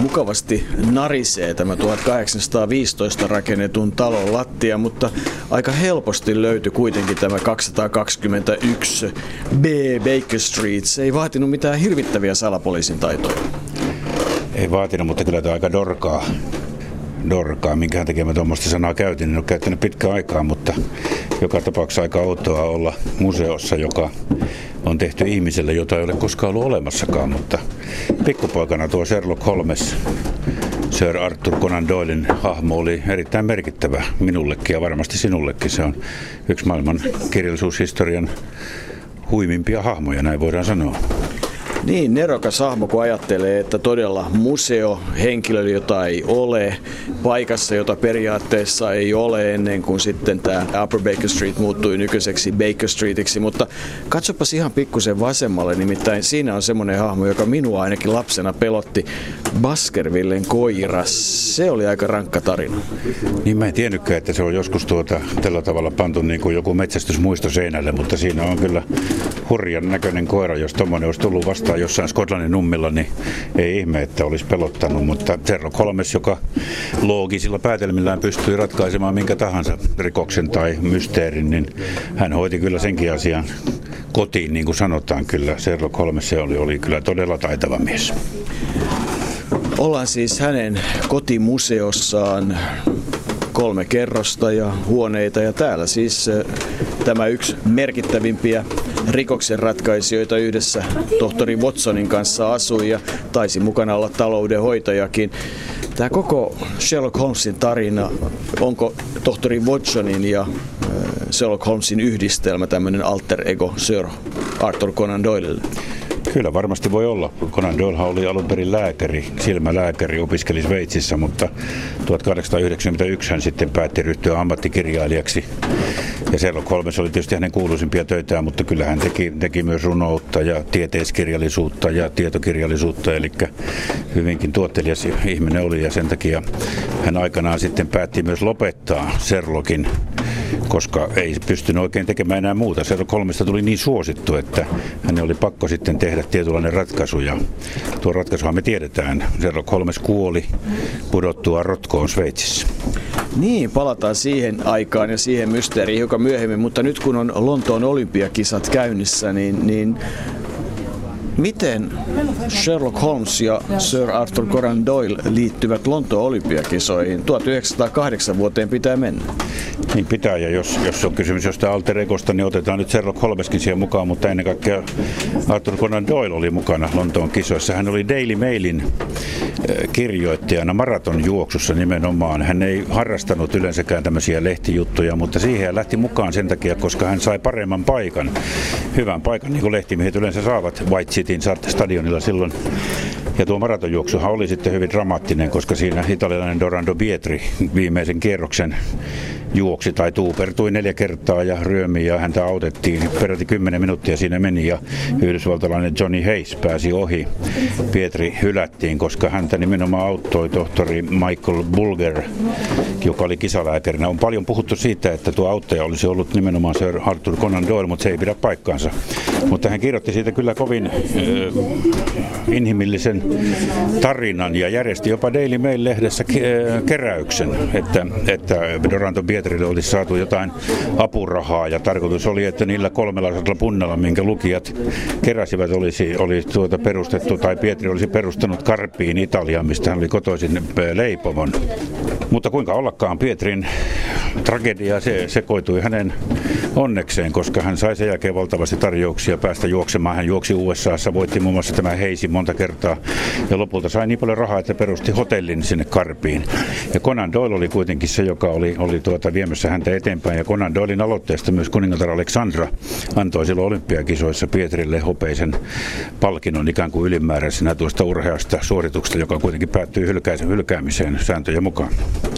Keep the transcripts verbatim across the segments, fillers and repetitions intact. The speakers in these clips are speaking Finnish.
mukavasti narisee tämä tuhatkahdeksansataaviisitoista rakennetun talon lattia, mutta aika helposti löytyi kuitenkin tämä kaksisataakaksikymmentäyksi B Baker Street. Se ei vaatinut mitään hirvittäviä salapoliisin taitoja. Ei vaatinut, mutta kyllä tämä aika dorkaa. Dorkaa, minkähän takia mä tuommoista sanaa käytin, en ole käyttänyt pitkään aikaa, mutta joka tapauksessa aika outoa olla museossa, joka on tehty ihmiselle, jota ei ole koskaan ollut olemassakaan, mutta pikkupoikana tuo Sherlock Holmes, Sir Arthur Conan Doylen hahmo oli erittäin merkittävä minullekin ja varmasti sinullekin. Se on yksi maailman kirjallisuushistorian huimimpia hahmoja, näin voidaan sanoa. Niin, nerokas hahmo, kun ajattelee, että todella museo, henkilö, jota ei ole, paikassa, jota periaatteessa ei ole ennen kuin sitten tämä Upper Baker Street muuttui nykyiseksi Baker Streetiksi, mutta katsopas ihan pikkusen vasemmalle, nimittäin siinä on semmoinen hahmo, joka minua ainakin lapsena pelotti, Baskervillen koira. Se oli aika rankka tarina. Niin mä en tiennytkään, että se on joskus tuota, tällä tavalla pantu niin kuin joku metsästysmuisto seinälle, mutta siinä on kyllä hurjan näköinen koira, jos tommoinen olisi tullut vastaan jossain Skotlannin nummilla, niin ei ihme, että olisi pelottanut, mutta Sherlock Holmes, joka loogisilla päätelmillään pystyi ratkaisemaan minkä tahansa rikoksen tai mysteerin, niin hän hoiti kyllä senkin asian kotiin, niin kuin sanotaan kyllä. Sherlock Holmes se oli, oli kyllä todella taitava mies. Ollaan siis hänen kotimuseossaan, kolme kerrosta ja huoneita ja täällä siis tämä yksi merkittävimpiä rikoksen ratkaisijoita yhdessä tohtori Watsonin kanssa asui ja taisi mukana olla taloudenhoitajakin. Tämä koko Sherlock Holmesin tarina, onko tohtori Watsonin ja Sherlock Holmesin yhdistelmä tämmöinen alter ego Sir Arthur Conan Doylelle? Kyllä varmasti voi olla. Conan Doyle oli alun perin lääkäri, silmälääkäri, opiskeli Sveitsissä, mutta tuhatkahdeksansataayhdeksänkymmentäyksi hän sitten päätti ryhtyä ammattikirjailijaksi. Ja Sherlock Holmes oli tietysti hänen kuuluisimpia töitään, mutta kyllä hän teki, teki myös runoutta ja tieteiskirjallisuutta ja tietokirjallisuutta, eli hyvinkin tuottelias ihminen oli ja sen takia hän aikanaan sitten päätti myös lopettaa Sherlockin, koska ei pystynyt oikein tekemään enää muuta. Sherlock Holmesista tuli niin suosittu, että hänen oli pakko sitten tehdä tietynlainen ratkaisu. Ja tuo ratkaisuhan me tiedetään. Sherlock Holmes kuoli pudottua rotkoon Sveitsissä. Niin, palataan siihen aikaan ja siihen mysteeriin joka myöhemmin, mutta nyt kun on Lontoon olympiakisat käynnissä, niin, niin miten Sherlock Holmes ja Sir Arthur Conan Doyle liittyvät Lontoon olympiakisoihin? tuhatyhdeksänsataakahdeksan vuoteen pitää mennä. Niin pitää, ja jos, jos on kysymys jostain alter egosta, niin otetaan nyt Sherlock Holmeskin siihen mukaan, mutta ennen kaikkea Arthur Conan Doyle oli mukana Lontoon kisoissa. Hän oli Daily Mailin kirjoittajana maratonjuoksussa nimenomaan. Hän ei harrastanut yleensäkään tämmöisiä lehtijuttuja, mutta siihen hän lähti mukaan sen takia, koska hän sai paremman paikan, hyvän paikan, niin kuin lehtimiehet yleensä saavat White Cityn stadionilla silloin. Ja tuo maratonjuoksuhan oli sitten hyvin dramaattinen, koska siinä italialainen Dorando Pietri viimeisen kierroksen juoksi tai tuupertui neljä kertaa ja ryömi ja häntä autettiin. Peräti kymmenen minuuttia siinä meni ja yhdysvaltalainen Johnny Hayes pääsi ohi. Pietri hylättiin, koska häntä nimenomaan auttoi tohtori Michael Bulger, joka oli kisalääkärinä. On paljon puhuttu siitä, että tuo auttaja olisi ollut nimenomaan Sir Arthur Conan Doyle, mutta se ei pidä paikkaansa. Mutta hän kirjoitti siitä kyllä kovin äh, inhimillisen tarinan ja järjesti jopa Daily Mail-lehdessä ke- keräyksen, että, että Dorando Pietrille olisi saatu jotain apurahaa ja tarkoitus oli, että niillä kolmellasadalla punnalla, minkä lukijat keräsivät, olisi, olisi tuota perustettu, tai Pietri olisi perustanut Karpiin Italiaan, mistä hän oli kotoisin leipomon. Mutta kuinka ollakaan Pietrin tragedia se sekoitui hänen onnekseen, koska hän sai sen jälkeen valtavasti tarjouksia päästä juoksemaan. Hän juoksi U S A:ssa, voitti muun muassa tämä Heisin monta kertaa ja lopulta sai niin paljon rahaa, että perusti hotellin sinne Karpiin. Ja Conan Doyle oli kuitenkin se, joka oli, oli tuota viemässä häntä eteenpäin, ja Conan Doylen aloitteesta myös kuningatar Alexandra antoi silloin olympiakisoissa Pietrille hopeisen palkinnon ikään kuin ylimääräisenä tuosta urheasta suorituksesta, joka kuitenkin päättyi hylkäisen hylkäämiseen sääntöjen mukaan.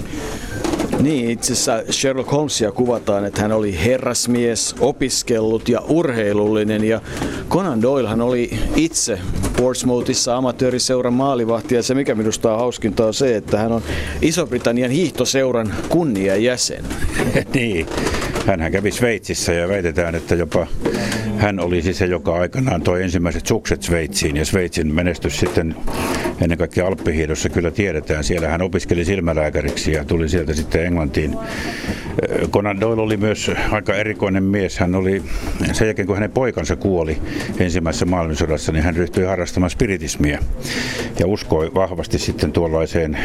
Niin, itse asiassa Sherlock Holmesia kuvataan, että hän oli herrasmies, opiskellut ja urheilullinen, ja Conan Doylehan oli itse Portsmouthissa amatööriseuran maalivahti, ja se mikä minusta on hauskinta on se, että hän on Iso-Britannian hiihtoseuran kunniajäsen. Niin, hänhän kävi Sveitsissä ja väitetään, että jopa hän olisi se, joka aikanaan toi ensimmäiset sukset Sveitsiin, ja Sveitsin menestys sitten ennen kaikkea Alppihiidossa kyllä tiedetään. Siellä hän opiskeli silmälääkäriksi ja tuli sieltä sitten Englantiin. Conan Doyle oli myös aika erikoinen mies. Hän oli, sen jälkeen kun hänen poikansa kuoli ensimmäisessä maailmansodassa, niin hän ryhtyi harrastamaan spiritismiä ja uskoi vahvasti sitten tuollaiseen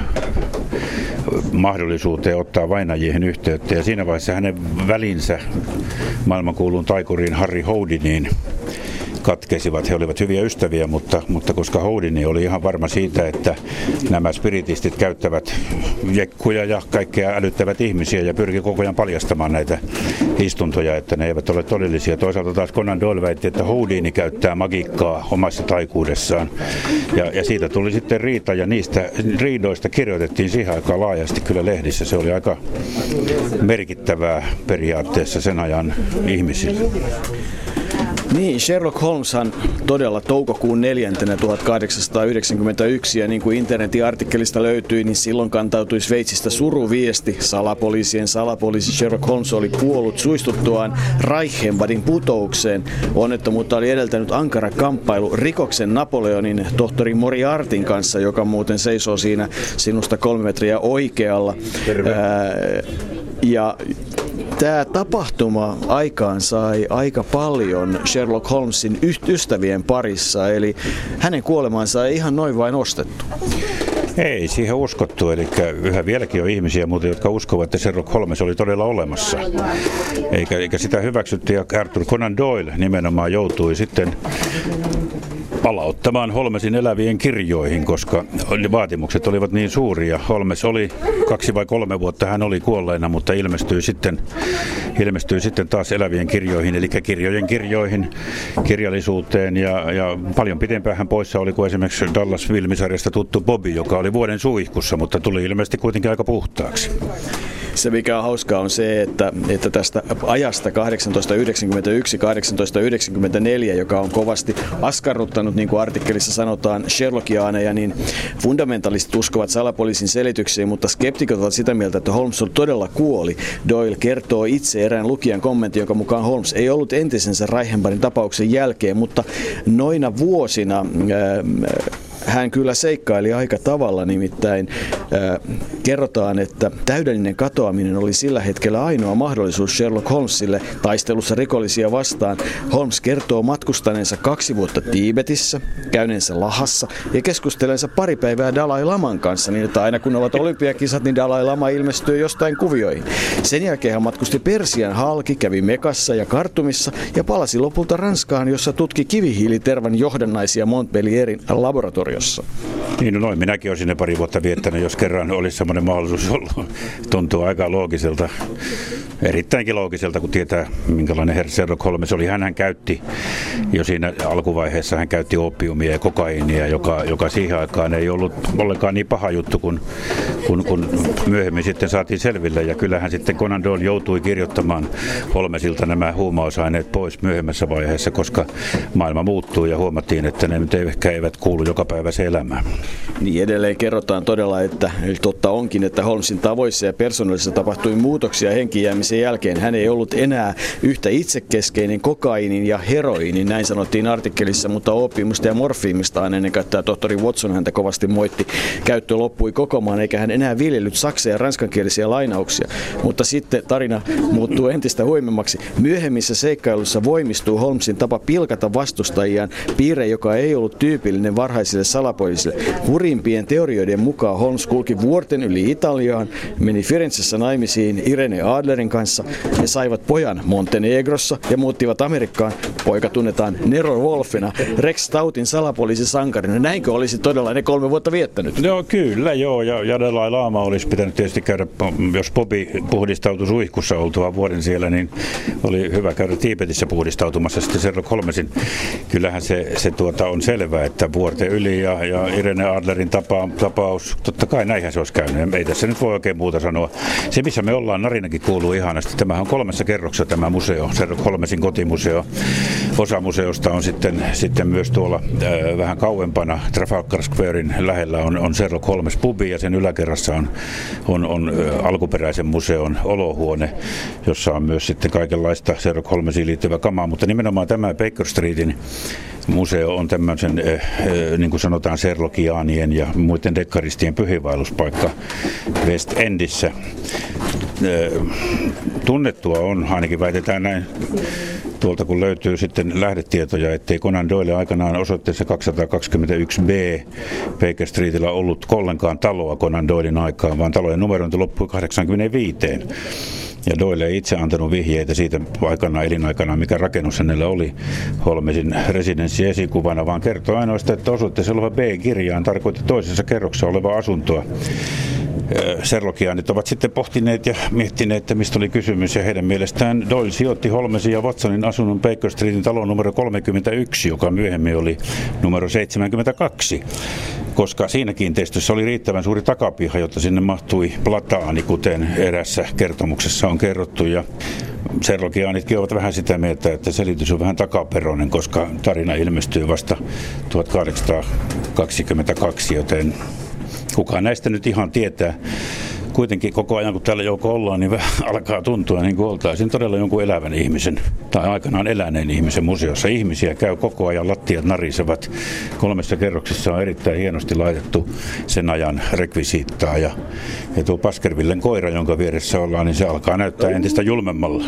mahdollisuuteen ottaa vainajien yhteyttä. Ja siinä vaiheessa hänen välinsä maailmankuuluun taikuriin Harry Houdiniin katkesivat. He olivat hyviä ystäviä, mutta, mutta koska Houdini oli ihan varma siitä, että nämä spiritistit käyttävät jekkuja ja kaikkea älyttävät ihmisiä ja pyrkii koko ajan paljastamaan näitä istuntoja, että ne eivät ole todellisia. Toisaalta taas Conan Doyle väitti, että Houdini käyttää magiikkaa omassa taikuudessaan. Ja, ja siitä tuli sitten riita ja niistä riidoista kirjoitettiin siihen aikaan laajasti kyllä lehdissä. Se oli aika merkittävää periaatteessa sen ajan ihmisille. Niin, Sherlock Holmeshan todella toukokuun neljäntenä tuhatkahdeksansataayhdeksänkymmentäyksi, ja niin kuin internetin artikkelista löytyi, niin silloin kantautui Sveitsistä suruviesti. Salapoliisien salapoliisi Sherlock Holmes oli kuollut suistuttuaan Reichenbadin putoukseen. Onnettomuutta oli edeltänyt ankara kamppailu rikoksen Napoleonin tohtori Moriartyn kanssa, joka muuten seisoo siinä sinusta kolme metriä oikealla. Ää, ja Tämä tapahtuma aikaan sai aika paljon Sherlock Holmesin ystävien parissa, eli hänen kuolemansa ei ihan noin vain ostettu. Ei siihen uskottu, eli yhä vieläkin on ihmisiä muuten, jotka uskovat, että Sherlock Holmes oli todella olemassa. Eikä, eikä sitä hyväksytty, ja Arthur Conan Doyle nimenomaan joutui sitten palauttamaan Holmesin elävien kirjoihin, koska vaatimukset olivat niin suuria. Holmes oli kaksi vai kolme vuotta, hän oli kuolleena, mutta ilmestyi sitten, ilmestyi sitten taas elävien kirjoihin, eli kirjojen kirjoihin, kirjallisuuteen, ja, ja paljon pitempään hän poissa oli kuin esimerkiksi Dallas-filmisarjasta tuttu Bobby, joka oli vuoden suihkussa, mutta tuli ilmeisesti kuitenkin aika puhtaaksi. Se mikä on hauskaa on se, että, että tästä ajasta tuhatkahdeksansataayhdeksänkymmentäyksi tuhatkahdeksansataayhdeksänkymmentäneljä, joka on kovasti askarruttanut, niin kuin artikkelissa sanotaan, Sherlockiaaneja, niin fundamentalistit uskovat salapoliisin selityksiin, mutta skeptikot ovat sitä mieltä, että Holmes todella kuoli. Doyle kertoo itse erään lukijan kommentin, jonka mukaan Holmes ei ollut entisensä Reichenbadin tapauksen jälkeen, mutta noina vuosina Ää, hän kyllä seikkaili aika tavalla, nimittäin äh, kerrotaan, että täydellinen katoaminen oli sillä hetkellä ainoa mahdollisuus Sherlock Holmesille taistelussa rikollisia vastaan. Holmes kertoo matkustaneensa kaksi vuotta Tiibetissä, käyneensä Lahassa ja keskustelensa pari päivää Dalai Laman kanssa, niin että aina kun ovat olympiakisat, niin Dalai Lama ilmestyy jostain kuvioihin. Sen jälkeen hän matkusti Persian halki, kävi Mekassa ja Kartumissa ja palasi lopulta Ranskaan, jossa tutki kivihiilitervan johdannaisia Montpellierin laboratoriossa. Niin, no noin. Minäkin olisin ne pari vuotta viettänyt, jos kerran olisi semmoinen mahdollisuus ollut. Tuntuu aika loogiselta, erittäinkin loogiselta, kun tietää, minkälainen herra Sherlock Holmes oli. Hänhän käytti jo siinä alkuvaiheessa, hän käytti opiumia ja kokaiinia, joka, joka siihen aikaan ei ollut ollenkaan niin paha juttu, kun, kun, kun myöhemmin sitten saatiin selville. Ja kyllähän sitten Conan Doyle joutui kirjoittamaan Holmesilta nämä huumausaineet pois myöhemmässä vaiheessa, koska maailma muuttui ja huomattiin, että ne nyt ehkä eivät kuulu joka päivä se elämään. Niin edelleen kerrotaan todella, että totta onkin, että Holmesin tavoissa ja persoonallisissa tapahtui muutoksia henkijäämisen jälkeen. Hän ei ollut enää yhtä itsekeskeinen kokaiinin ja heroiinin, näin sanottiin artikkelissa, mutta opiumista ja morfiimista ennen kaikkea tohtori Watson häntä kovasti moitti. Käyttö loppui kokonaan, eikä hän enää viljellyt saksa- ja ranskankielisiä lainauksia. Mutta sitten tarina muuttuu entistä huimemmaksi. Myöhemmissä seikkailussa voimistuu Holmesin tapa pilkata vastustajiaan, piirre, joka ei ollut tyypillinen varhaisille salapoliisille. Hurimpien teorioiden mukaan Holmes kulki vuorten yli Italiaan, meni Firenzessä naimisiin Irene Adlerin kanssa ja saivat pojan Montenegrossa ja muuttivat Amerikkaan. Poika tunnetaan Nero Wolfina, Rex Stoutin salapoliisisankarina. Näinkö olisi todella ne kolme vuotta viettänyt? No kyllä, joo. Ja, ja Dalai Lama olisi pitänyt tietysti käydä, jos Bobby puhdistautui suihkussa oltua vuoden siellä, niin oli hyvä käydä Tiibetissä puhdistautumassa sitten Sherlock Holmesin. Kyllähän se, se tuota on selvää, että vuorten yli ja, ja Irene Adlerin tapa, tapaus, totta kai näinhän se olisi käynyt. Ei tässä nyt voi oikein muuta sanoa. Se, missä me ollaan, narinakin kuuluu ihan ihanasti. Tämähän on kolmessa kerroksessa tämä museo, Sherlock Holmesin kotimuseo. Osa museosta on sitten, sitten myös tuolla äh, vähän kauempana Trafalgar Squarein lähellä on, on Sherlock Holmes pubi ja sen yläkerrassa on, on, on äh, alkuperäisen museon olohuone, jossa on myös sitten kaikenlaista Sherlock Holmesiin liittyvää kamaa, mutta nimenomaan tämä Baker Streetin museo on tämmöisen, äh, äh, niin kuin sanotaan, Sherlockiaanien ja muiden dekkaristien pyhiinvaelluspaikka West Endissä. Äh, tunnettua on, ainakin väitetään näin, tuolta kun löytyy sitten lähdetietoja, ettei Conan Doyle aikanaan osoitteessa kaksisataakaksikymmentäyksi B Baker Streetillä ollut ollenkaan taloa Conan Doylen aikaan, vaan talojen numerointi loppui kahdeksankymmentäviisi. Ja Doyle ei itse antanut vihjeitä siitä aikana, elinaikana, mikä rakennus hänellä oli Holmesin residenssi esikuvana, vaan kertoi ainoastaan, että osoitteessa oleva B-kirjaan tarkoitti toisessa kerroksessa olevaa asuntoa. Sherlockiaanit ovat sitten pohtineet ja miettineet, että mistä oli kysymys, ja heidän mielestään Doyle sijoitti Holmesin ja Watsonin asunnon Baker Streetin talon numero kolmekymmentäyksi, joka myöhemmin oli numero seitsemänkymmentäkaksi, koska siinä kiinteistössä oli riittävän suuri takapiha, jotta sinne mahtui plataani, kuten erässä kertomuksessa on kerrottu, ja Sherlockiaanitkin ovat vähän sitä mieltä, että selitys on vähän takaperoinen, koska tarina ilmestyy vasta tuhatkahdeksansataakaksikymmentäkaksi, joten kukaan näistä nyt ihan tietää. Kuitenkin koko ajan, kun täällä joukko ollaan, niin vähän alkaa tuntua niin kuin oltaisiin todella jonkun elävän ihmisen tai aikanaan eläneen ihmisen museossa. Ihmisiä käy koko ajan, lattiat narisevat. Kolmessa kerroksessa on erittäin hienosti laitettu sen ajan rekvisiittaa. Ja, ja tuo Baskervillen koira, jonka vieressä ollaan, niin se alkaa näyttää entistä julmemmalla.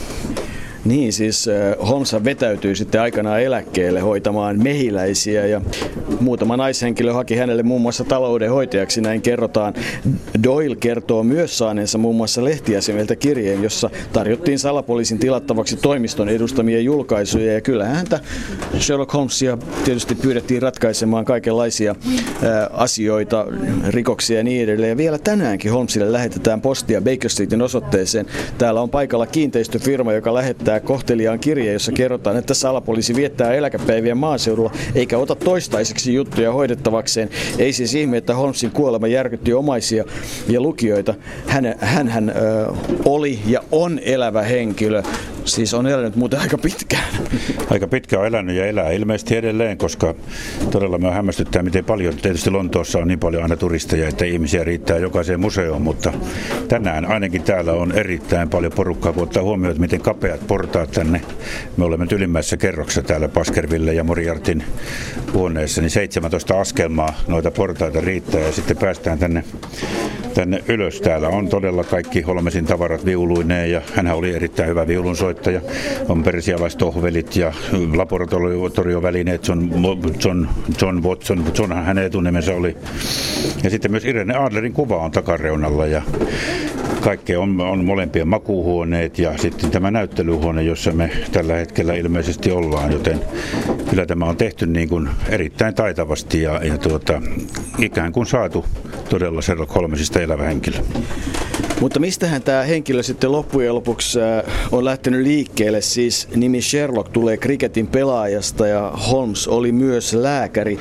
Niin, siis Holmes vetäytyi sitten aikanaan eläkkeelle hoitamaan mehiläisiä ja muutama naishenkilö haki hänelle muun muassa taloudenhoitajaksi, näin kerrotaan. Doyle kertoo myös saaneensa muun muassa lehtiasemilta kirjeen, jossa tarjottiin salapoliisin tilattavaksi toimiston edustamia julkaisuja, ja kyllä häntä Sherlock Holmesia tietysti pyydettiin ratkaisemaan kaikenlaisia ää, asioita, rikoksia ja niin edelleen. Ja vielä tänäänkin Holmesille lähetetään postia Baker Streetin osoitteeseen. Täällä on paikalla kiinteistöfirma, joka lähettää kohteliaan kirje, jossa kerrotaan, että salapoliisi viettää eläkepäiviä maaseudulla eikä ota toistaiseksi juttuja hoidettavakseen. Ei siis ihme, että Holmesin kuolema järkytti omaisia ja lukijoita. Hän, hän, hän ö, oli ja on elävä henkilö. Siis on elänyt muuten aika pitkään. Aika pitkään on elänyt ja elää ilmeisesti edelleen, koska todella me hämmästyttää, miten paljon. Tietysti Lontoossa on niin paljon aina turisteja, että ihmisiä riittää jokaiseen museoon, mutta tänään ainakin täällä on erittäin paljon porukkaa, kun ottaa huomioon, että miten kapeat portaat tänne. Me olemme ylimmäisessä kerroksessa täällä Baskerville ja Moriartyn huoneessa, niin seitsemäntoista askelmaa noita portaita riittää ja sitten päästään tänne, tänne ylös. Täällä on todella kaikki Holmesin tavarat viuluineen ja hänhän oli erittäin hyvä viulunsoittaja. On persialaistohvelit ja laboratoriovälineet, John, John, John Watson, Johnhan hänen etunimensä oli. Ja sitten myös Irene Adlerin kuva on takareunalla ja kaikkea on, on molempien makuuhuoneet ja sitten tämä näyttelyhuone, jossa me tällä hetkellä ilmeisesti ollaan, joten kyllä tämä on tehty niin kuin erittäin taitavasti ja, ja tuota, ikään kuin saatu todella Sherlock Holmesista elävä henkilö. Mutta mistähän tämä henkilö sitten loppujen lopuksi on lähtenyt liikkeelle? Siis nimi Sherlock tulee cricketin pelaajasta ja Holmes oli myös lääkäri.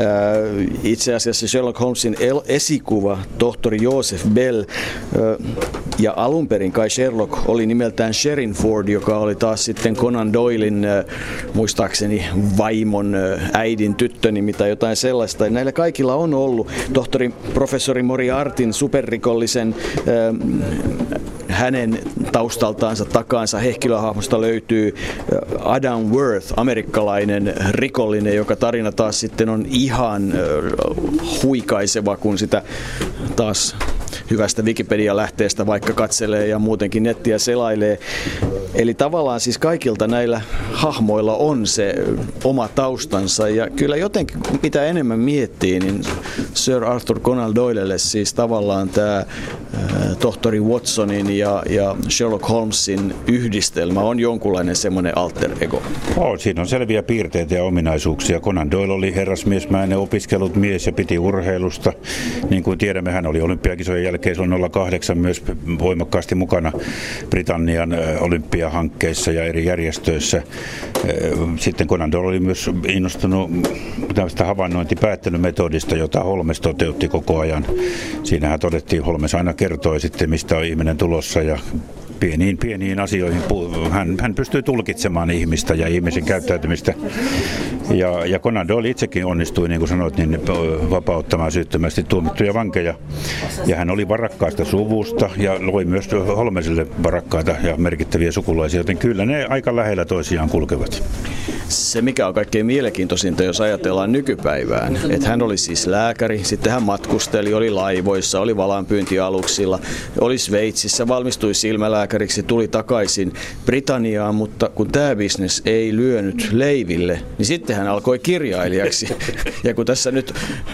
Itse asiassa Sherlock Holmesin esikuva, tohtori Joseph Bell, ja alun perin kai Sherlock oli nimeltään Sherrinford, joka oli taas sitten Conan Doylen muistaakseni vaimon äidin tyttönimi tai jotain sellaista. Näillä kaikilla on ollut tohtori professori Moriartyn superrikollisen hänen taustaltaansa takaansa henkilöhahmosta löytyy Adam Worth, amerikkalainen rikollinen, joka tarina taas sitten on ihan huikaiseva, kun sitä taas hyvästä Wikipedia-lähteestä vaikka katselee ja muutenkin nettiä selailee. Eli tavallaan siis kaikilta näillä hahmoilla on se oma taustansa ja kyllä jotenkin mitä enemmän miettii, niin Sir Arthur Conan Doylelle siis tavallaan tämä tohtori Watsonin ja, ja Sherlock Holmesin yhdistelmä on jonkunlainen semmoinen alter ego. Oh, siinä on selviä piirteitä ja ominaisuuksia. Conan Doyle oli herrasmiesmäinen opiskellut mies ja piti urheilusta. Niin kuin tiedämme, hän oli olympiakisojen jälkeen silloin nolla kahdeksan myös voimakkaasti mukana Britannian olympiahankkeissa ja eri järjestöissä. Sitten Conan Doyle oli myös innostunut tämmöistä havainnointipäättelymetodista, jota Holmes toteutti koko ajan. Siinähän todettiin, Holmes aina kertoi sitten, mistä on ihminen tulossa ja pieniin pieniin asioihin. Hän, hän pystyy tulkitsemaan ihmistä ja ihmisen käyttäytymistä. Ja, ja Conan Doyle itsekin onnistui, niin kuin sanoit, niin vapauttamaan syyttömästi tuomittuja vankeja. Ja hän oli varakkaasta suvusta ja loi myös Holmesille varakkaita ja merkittäviä sukulaisia, joten kyllä ne aika lähellä toisiaan kulkevat. Se, mikä on kaikkein mielenkiintoisinta, jos ajatellaan nykypäivään, että hän oli siis lääkäri, sitten hän matkusteli, oli laivoissa, oli valaanpyyntialuksilla, oli Sveitsissä, valmistui silmälääkäriksi, tuli takaisin Britanniaan, mutta kun tämä bisnes ei lyönyt leiville, niin sitten hän alkoi kirjailijaksi. Ja kun tässä nyt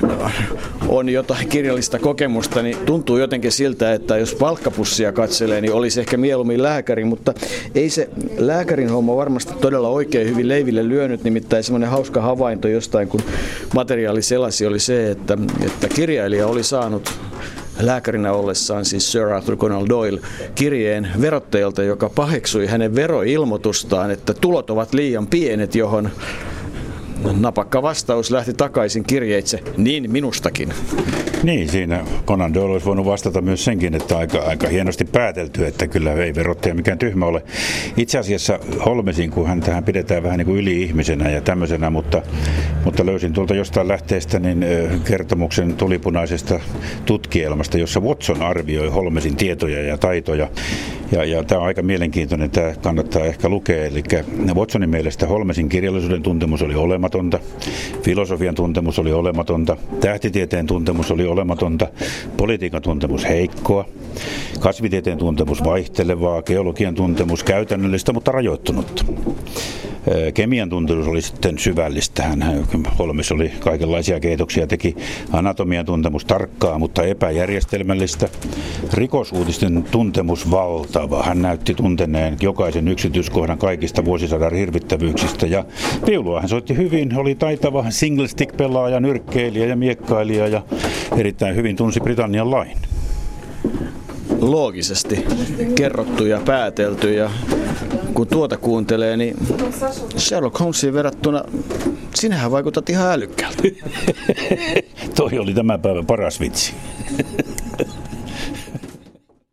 on jotain kirjallista kokemusta, niin tuntuu jotenkin siltä, että jos palkkapussia katselee, niin olisi ehkä mieluummin lääkäri, mutta ei se lääkärin homma varmasti todella oikein hyvin leiville lyönyt, nimittäin semmoinen hauska havainto jostain, kun materiaali selasi, oli se, että, että kirjailija oli saanut lääkärinä ollessaan, siis Sir Arthur Conan Doyle, kirjeen verottajalta, joka paheksui hänen veroilmoitustaan, että tulot ovat liian pienet, johon napakka vastaus lähti takaisin kirjeitse, niin minustakin. Niin, siinä Conan Doyle olisi voinut vastata myös senkin, että aika, aika hienosti päätelty, että kyllä ei verottaja mikään tyhmä ole. Itse asiassa Holmesin, kun hän tähän pidetään vähän niin kuin yli-ihmisenä ja tämmöisenä, mutta, mutta löysin tuolta jostain lähteestä niin kertomuksen tulipunaisesta tutkielmasta, jossa Watson arvioi Holmesin tietoja ja taitoja. Ja, ja tämä on aika mielenkiintoinen, tämä kannattaa ehkä lukea. Eli Watsonin mielestä Holmesin kirjallisuuden tuntemus oli olematonta, filosofian tuntemus oli olematonta, tähtitieteen tuntemus oli olematonta, politiikan tuntemus heikkoa, kasvitieteen tuntemus vaihtelevaa, geologian tuntemus käytännöllistä, mutta rajoittunutta. Kemian tuntemus oli sitten syvällistä. Hän Holmes oli kaikenlaisia keitoksia, teki anatomian tuntemus tarkkaa, mutta epäjärjestelmällistä. Rikosuutisten tuntemus valtava. Hän näytti tunteneen jokaisen yksityiskohdan kaikista vuosisadan hirvittävyyksistä. Ja viulua hän soitti hyvin, oli taitava single stick pelaaja, nyrkkeilijä ja miekkailija ja erittäin hyvin tunsi Britannian lain. Loogisesti kerrottu ja päätelty, ja kun tuota kuuntelee, niin Sherlock Holmesiin verrattuna sinähän vaikutat ihan älykkäältä. Toi oli tämän päivän paras vitsi.